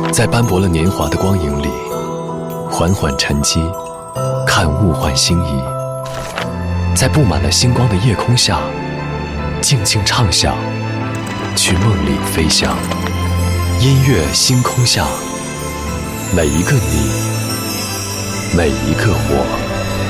在斑驳了年华的光影里，缓缓沉积，看物换星移。在布满了星光的夜空下，静静畅想，去梦里飞翔。音乐星空下，每一个你，每一个我。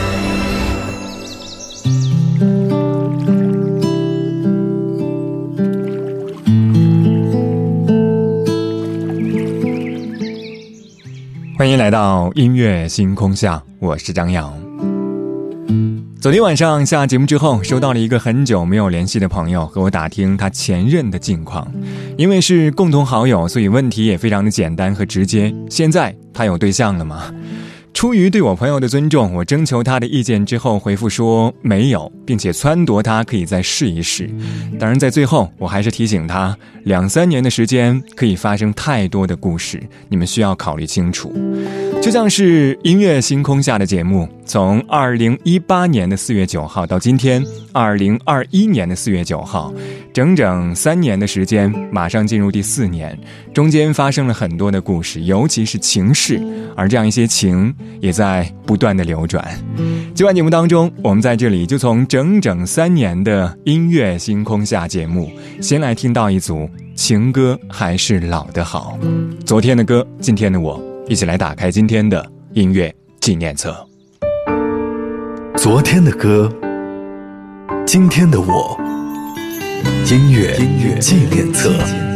欢迎来到音乐星空下，我是张扬。昨天晚上下节目之后，收到了一个很久没有联系的朋友和我打听他前任的近况。因为是共同好友，所以问题也非常的简单和直接。现在他有对象了吗？出于对我朋友的尊重，我征求他的意见之后回复说没有，并且撺掇他可以再试一试。当然在最后我还是提醒他，2-3年的时间可以发生太多的故事，你们需要考虑清楚。就像是音乐星空下的节目，从2018年的4月9号到今天2021年的4月9号，整整3年的时间，马上进入第4年，中间发生了很多的故事，尤其是情事，而这样一些情也在不断的流转。今晚节目当中，我们在这里就从整整3年的音乐星空下节目，先来听到一组情歌还是老的好。昨天的歌，今天的我，一起来打开今天的音乐纪念册。 昨天的歌，今天的我，音乐纪念册。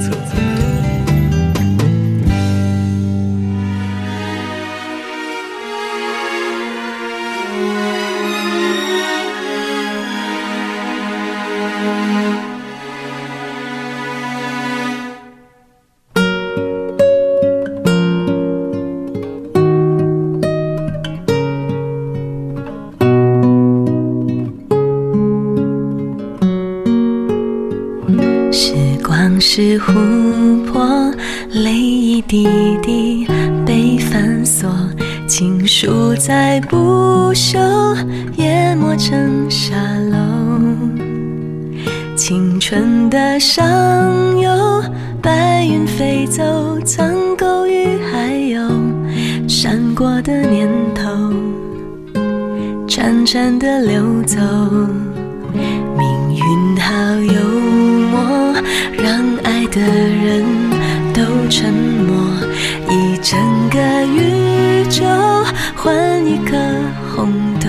是琥珀，泪一滴滴被反锁，情书再不朽，也磨成沙漏。青春的上游，白云飞走，苍狗与还有闪过的念头，潺潺的流走。命运好幽默，让爱的人都沉默，一整个宇宙换一颗红豆。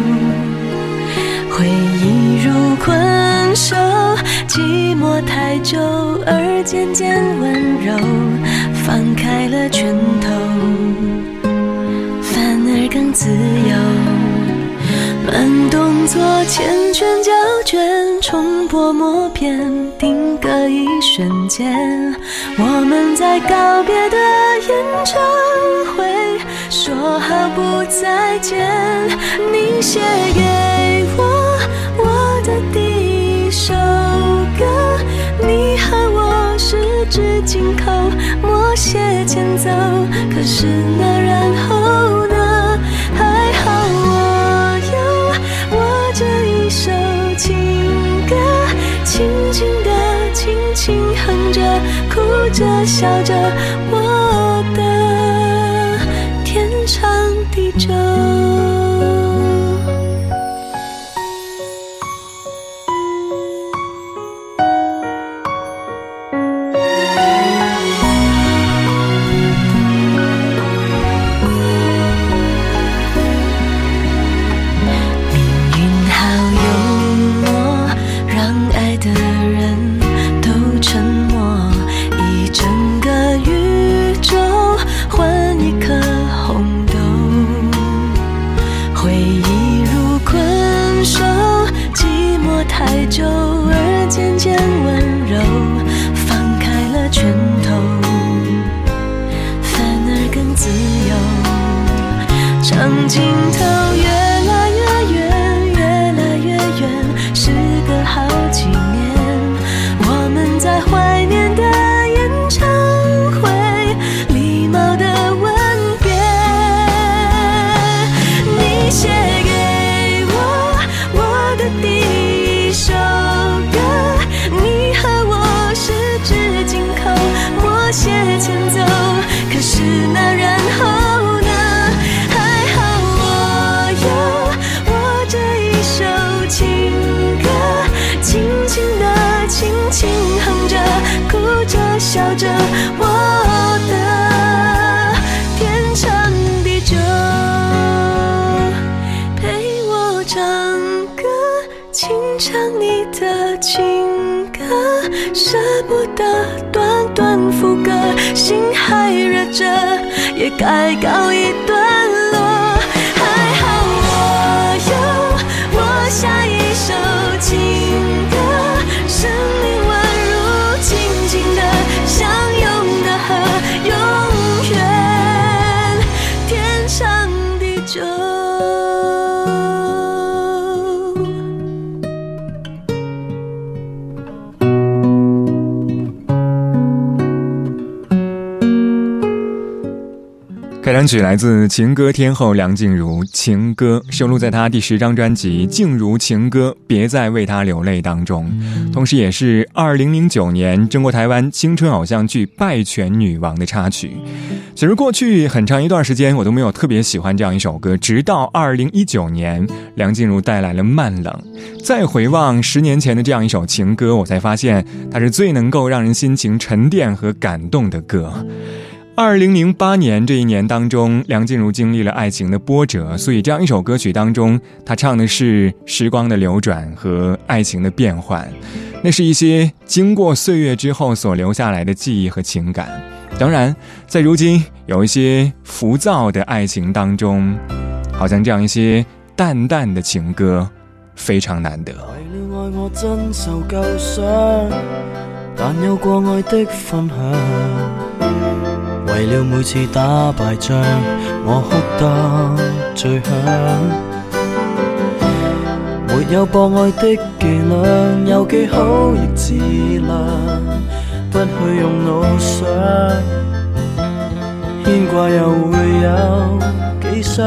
回忆如困兽，寂寞太久而渐渐温柔，放开了拳头，反而更自由。慢动作缱绻胶卷，重播默片，定格一瞬间。我们在告别的演唱会说好不再见。你写给我的第一首歌，你和我十指紧扣，默写前奏。可是那然后呢？还好我这一首情歌，轻轻地轻轻哼着，哭着笑着，我的天长地久。太久而渐渐温柔，放开了拳头，反而更自由。长镜头越来越远，越来越远，时隔好几年，我们在怀念的演唱会，礼貌的吻别。你写给我的第一首歌，你和我十指紧扣，默写前奏。可是的短短副歌，心还热着，也该告一段落。还好我有我下一首情歌，生命宛如静静的相拥的河，永远天长地久。 开场曲来自情歌天后梁静茹，《情歌》收录在她第10张专辑《静茹情歌别再为她流泪》当中，同时也是2009年中国台湾青春偶像剧《拜权女王》的插曲。其实过去很长一段时间我都没有特别喜欢这样一首歌，直到2019年梁静茹带来了《慢冷》，再回望10年前的这样一首情歌，我才发现它是最能够让人心情沉淀和感动的歌。2008年这一年当中，梁静茹经历了爱情的波折，所以这样一首歌曲当中，她唱的是时光的流转和爱情的变换，那是一些经过岁月之后所留下来的记忆和情感。当然在如今有一些浮躁的爱情当中，好像这样一些淡淡的情歌非常难得。 为了爱我真受旧伤，但有过爱的分享，为了每次打敗仗，我哭得最響。沒有博愛的伎倆，有幾好亦自量，不去用腦想，牽掛又會有幾傷。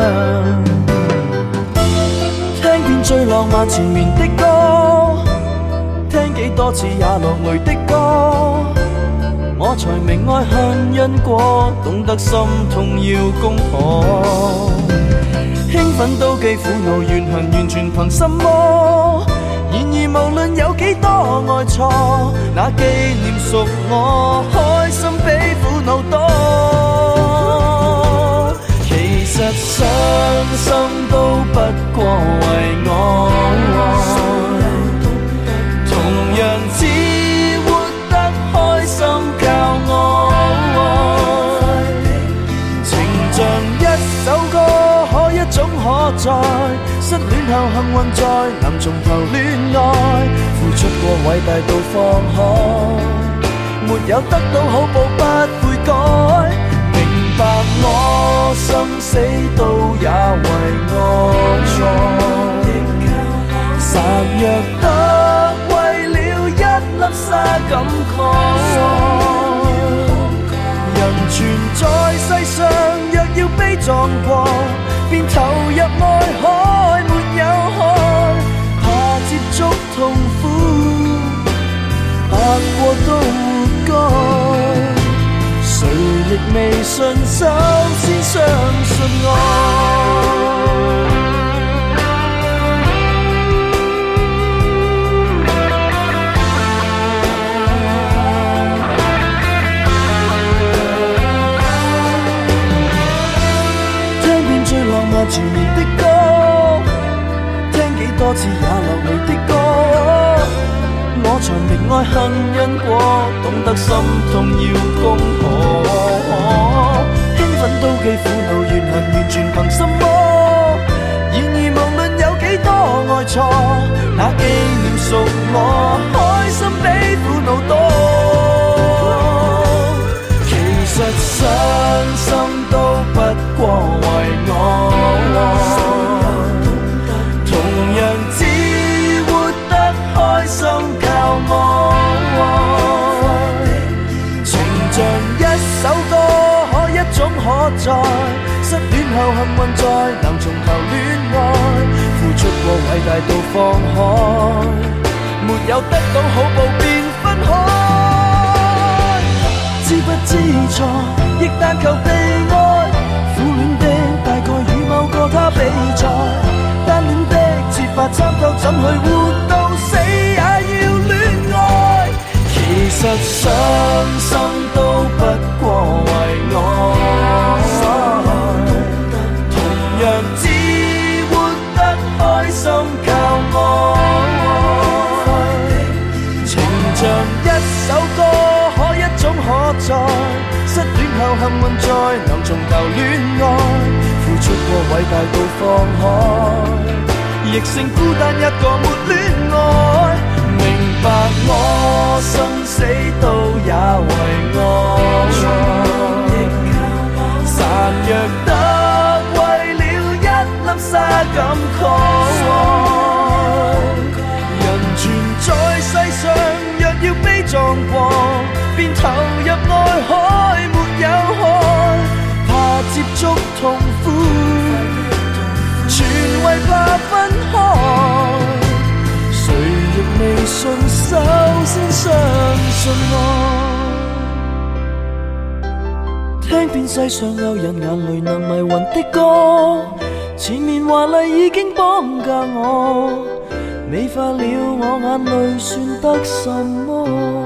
聽遍最浪漫纏綿的歌，聽幾多次也落淚的歌，我才明愛恨因果，懂得心痛要攻破。興奮妒忌苦惱怨恨，完全憑什麼？然而無論有幾多愛錯，那紀念屬我，開心比苦惱多。其實傷心都不過為我，同樣只靠愛，情像一首歌，可一種可再，失戀後幸運在，能從頭戀愛，付出過偉大到放開，沒有得到好報不悔改，明白我生死都也為我在，孱弱得為了一粒沙感慨。人存在世上，若要悲壯過，便投入愛海，沒有害，怕接觸痛苦，白過都活該。誰亦未信心，先相信愛。纏綿的歌，聽幾多次也落淚的歌，我才明愛恨因果，懂得心痛要攻破。興奮妒忌苦惱怨恨，完全憑什麼？然而無論有幾多愛錯，那紀念屬我，開心比苦惱多。其實傷心都不過為我，同樣只活得開心靠愛，情像一首歌，可一種可再，失戀後幸運在，能從頭戀愛，付出過偉大到放開，沒有得到好報便分開。知不知錯，亦但求被愛。苦戀的大概與某個他比賽，單戀的設法參透，怎去活到死也要戀愛。其實傷心都不過為我，同樣只活得開心靠愛，情像一首歌。 後幸運再能重頭戀愛，付出過偉大到放開，亦勝孤單一個沒戀愛。明白我生死都也為愛，孱弱得為了一粒沙感慨。人存在世上，若要悲壯過，便投入愛海，沒有害，怕接觸痛苦，全為怕分開。誰亦未信，首先相信愛。聽遍世上有人眼淚能迷魂的歌，前面華麗已經綁架我，美化了我眼淚算得什麼？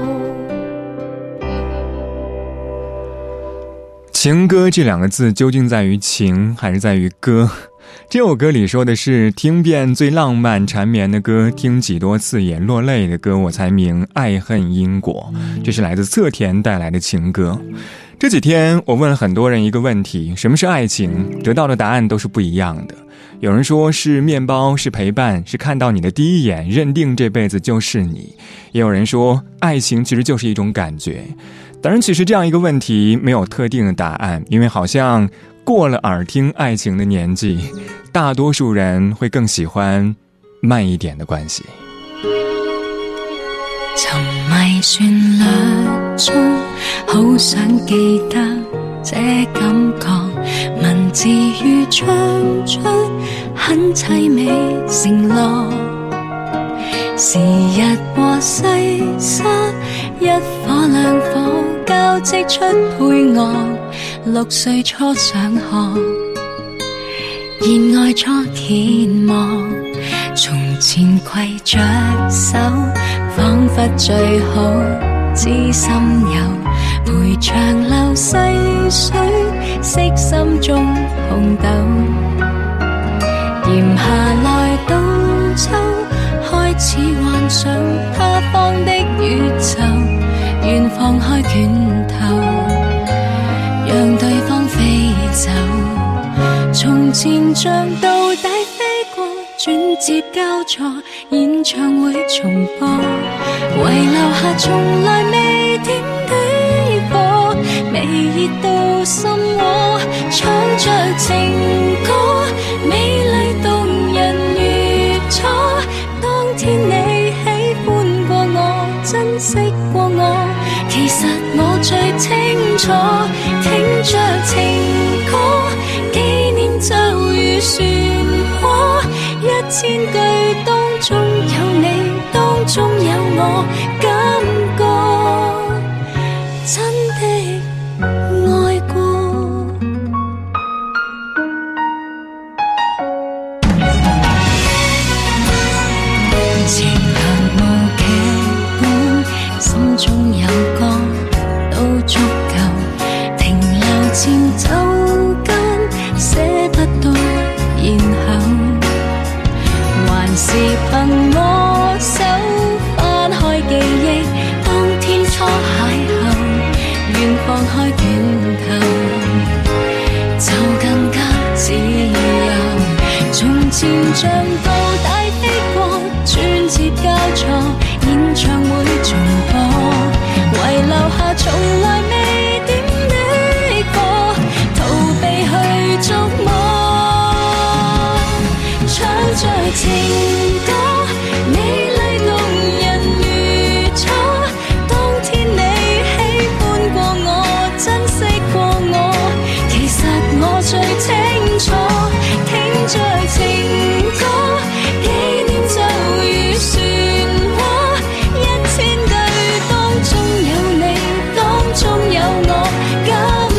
情歌这两个字究竟在于情还是在于歌？这首歌里说的是听遍最浪漫缠绵的歌，听几多次也落泪的歌，我才明爱恨因果。这是来自侧田带来的情歌。这几天我问了很多人一个问题，什么是爱情？得到的答案都是不一样的。有人说是面包，是陪伴，是看到你的第一眼认定这辈子就是你。也有人说爱情其实就是一种感觉。当然其实这样一个问题没有特定的答案，因为好像过了耳听爱情的年纪，大多数人会更喜欢慢一点的关系。 沉迷旋律中，好想記得這感覺，文字如唱出很凄美承諾，時日和世沙一顆兩顆交織出配樂，6歲初上學，熱愛初天幕，從前攜着手，彷彿最好知心友，陪長流細水，惜心中紅豆，炎下來到秋，開始幻想他方的宇宙，願放開拳頭，讓對方飛走。從前像到底飛過，轉接交錯，演唱會重播，遺留下從來未點的火，微熱到心窩，唱着情歌，美麗動人如初。當天你喜歡過我，珍惜過我，其實我最清楚。聽着情歌，紀念就如漩渦，1000句當中有你，當中有我，感覺真的愛過。情行無劇本，心中有歌都足夠，停留前奏間寫不到然後，還是憑我手翻開記憶，當天初邂逅，願放開拳頭，就更加自由。從前像到大飛過，轉接交錯，演唱會重播，遺留下從來未點的火，逃避去觸摸，唱着情歌，美麗動人如初。當天你喜歡過我，珍惜過我，其實我最清楚。聽着情歌，紀念就如漩渦，1000句當中有你，當中有我，感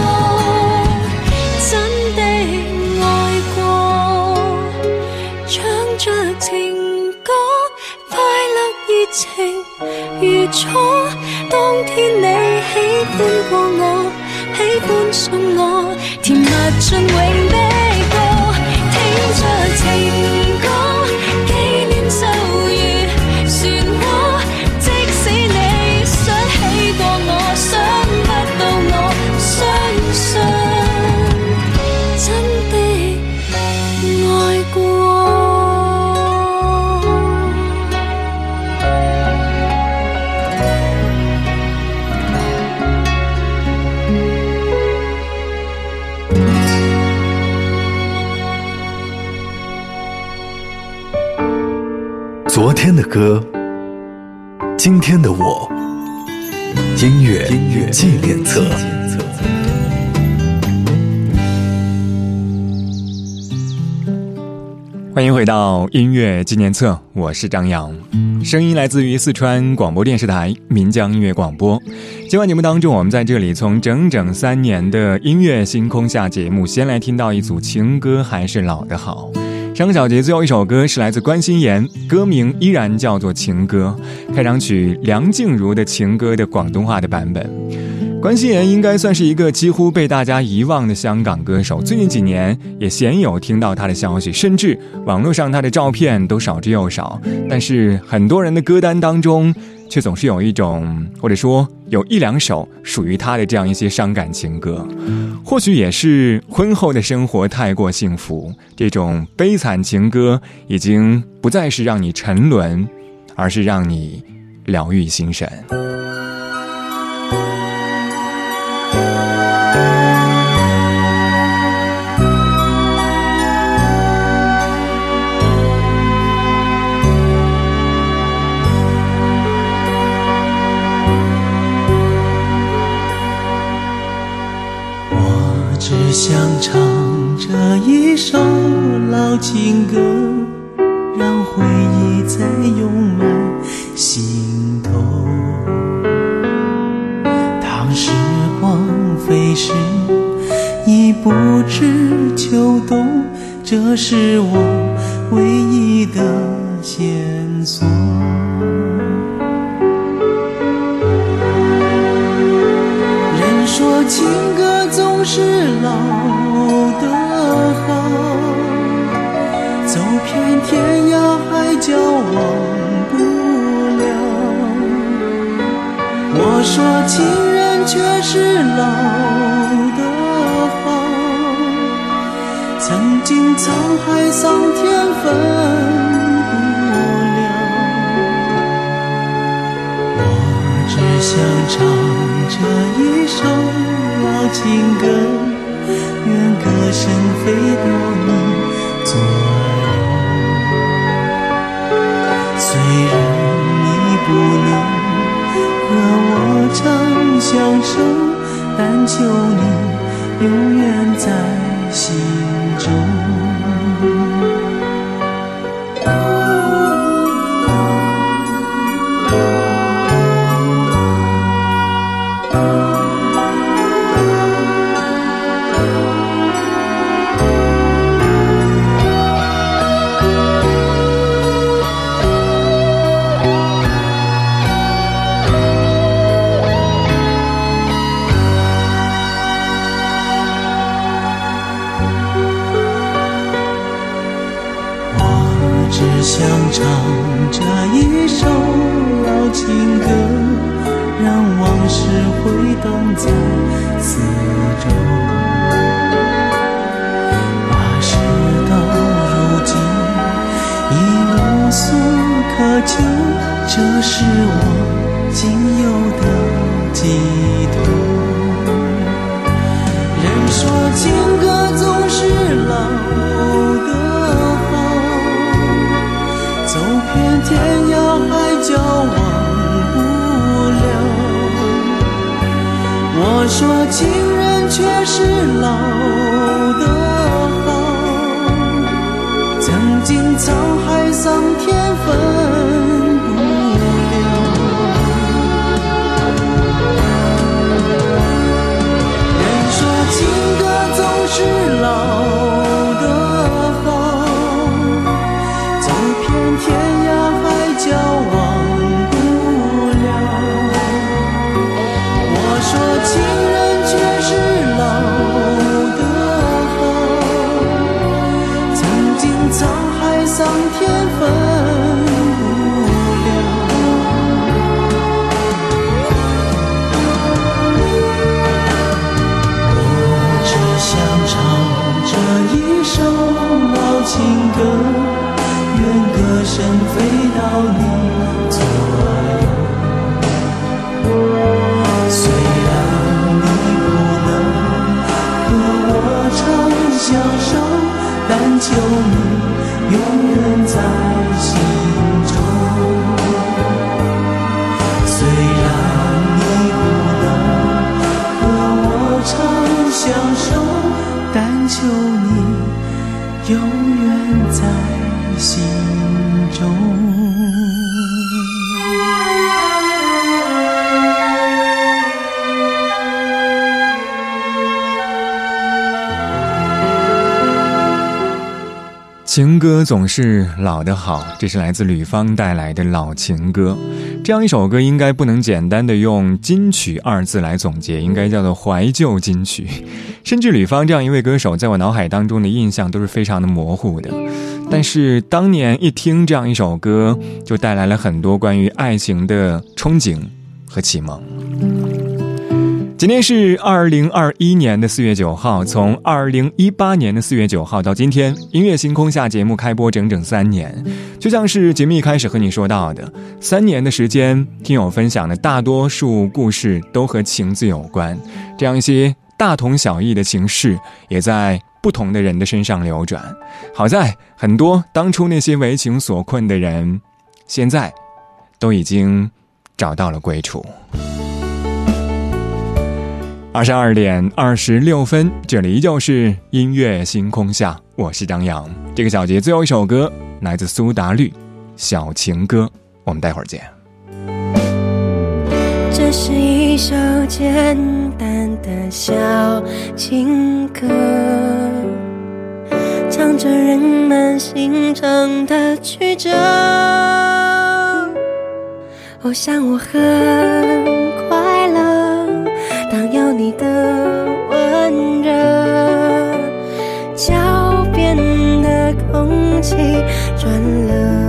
覺真的愛過。唱着情歌，快樂熱情如初。當天你喜歡過我，喜歡送我，甜蜜盡永的過。聽着情歌，紀念就如漩渦，即使你想起過我，想不到我，想天的歌，今天的我，音乐纪念册。 欢迎回到音乐纪念册，我是张扬，声音来自于四川广播电视台岷江音乐广播。今晚节目当中，我们在这里从整整3年的音乐星空下节目，先来听到一组情歌，还是老的好。上个小节最后一首歌是来自关心妍，歌名依然叫做情歌，开场曲梁静茹的情歌的广东话的版本。关心妍应该算是一个几乎被大家遗忘的香港歌手，最近几年也鲜有听到她的消息，甚至网络上她的照片都少之又少，但是很多人的歌单当中却总是有一种，或者说有1、2首属于她的这样一些伤感情歌。或许也是婚后的生活太过幸福，这种悲惨情歌已经不再是让你沉沦，而是让你疗愈心神。 只想唱这一首老情歌，让回忆再涌满心头。当时光飞逝，已不知秋冬，这是我唯一的线索。人说情歌总是老的好，走遍天涯海角忘不了。我说情人却是老的好，曾经沧海桑田分不了。我只想唱这一首老情歌，愿歌声飞到你左右。虽然你不能和我长相守，但求你永远在心中。只想唱这一首老情歌，让往事回荡在四周。把事到如今已无所可求，这是我仅有的寄托。人说情歌总是老的好，走遍天涯海角忘不了。我说情人却是老的好，曾经沧海桑田分不了。人说情歌总是老的好，走遍天涯海角忘不了。我说情人却是老的好，曾经沧海桑田分不了。我只想唱这一首老情歌，愿歌声飞到你左右。虽然你不能和我长相守，但求你永远在心中。 求你永远在心中。 情歌总是老得好，这是来自吕方带来的老情歌。这样一首歌应该不能简单的用金曲二字来总结，应该叫做怀旧金曲。甚至吕方这样一位歌手在我脑海当中的印象都是非常的模糊的，但是当年一听这样一首歌，就带来了很多关于爱情的憧憬和启蒙。今天是2021年的4月9号，从2018年的4月9号到今天，音乐星空下节目开播整整3年。就像是节目一开始和你说到的，3年的时间，听友分享的大多数故事都和情字有关，这样一些大同小异的情事也在不同的人的身上流转。好在很多当初那些为情所困的人，现在都已经找到了归处。22点26分，这里依旧是音乐星空下，我是张扬。这个小节最后一首歌来自苏打绿，小情歌，我们待会儿见。 这是一首简单的小情歌，唱着人们心中的曲折。我想我很快乐，当有你的温热，脚边的空气转了。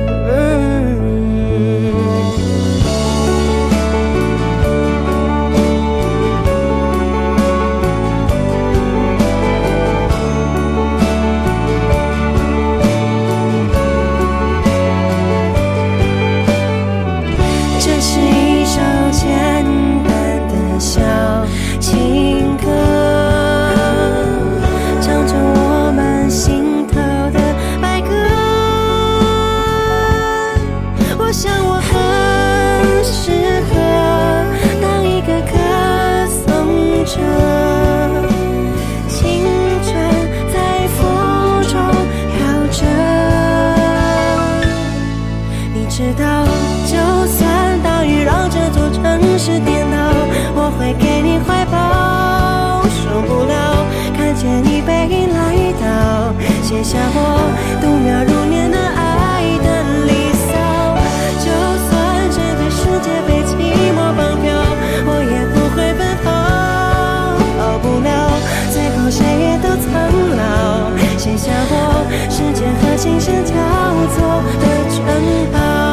写下我度秒如年的爱的离骚，就算这个世界被寂寞绑票，我也不会奔跑，逃不了，最后谁也都苍老，写下我时间和琴声交错的城堡。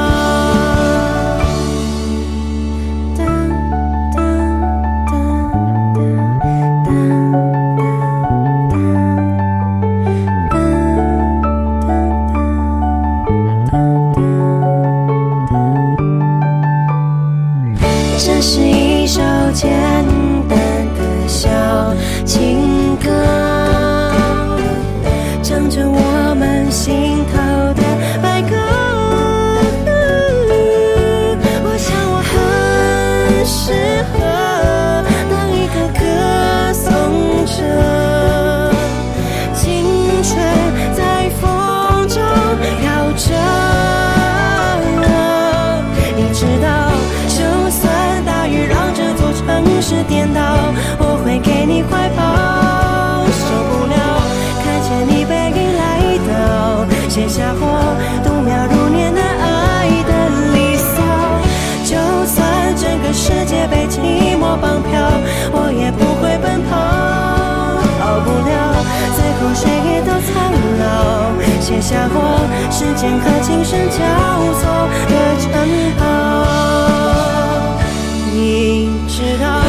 简单的小情歌，唱着我们心头的白鸽。我想我很适合当一个歌颂者，青春在风中摇着。你知道，就算大雨让这座城市颠倒，我会给你怀抱，受不了看见你背影来到，写下我度秒如年的爱的离骚，就算整个世界被寂寞绑票，我也不会奔跑，逃不了，最后谁也都苍老，写下我时间和琴声交错的城堡。你知道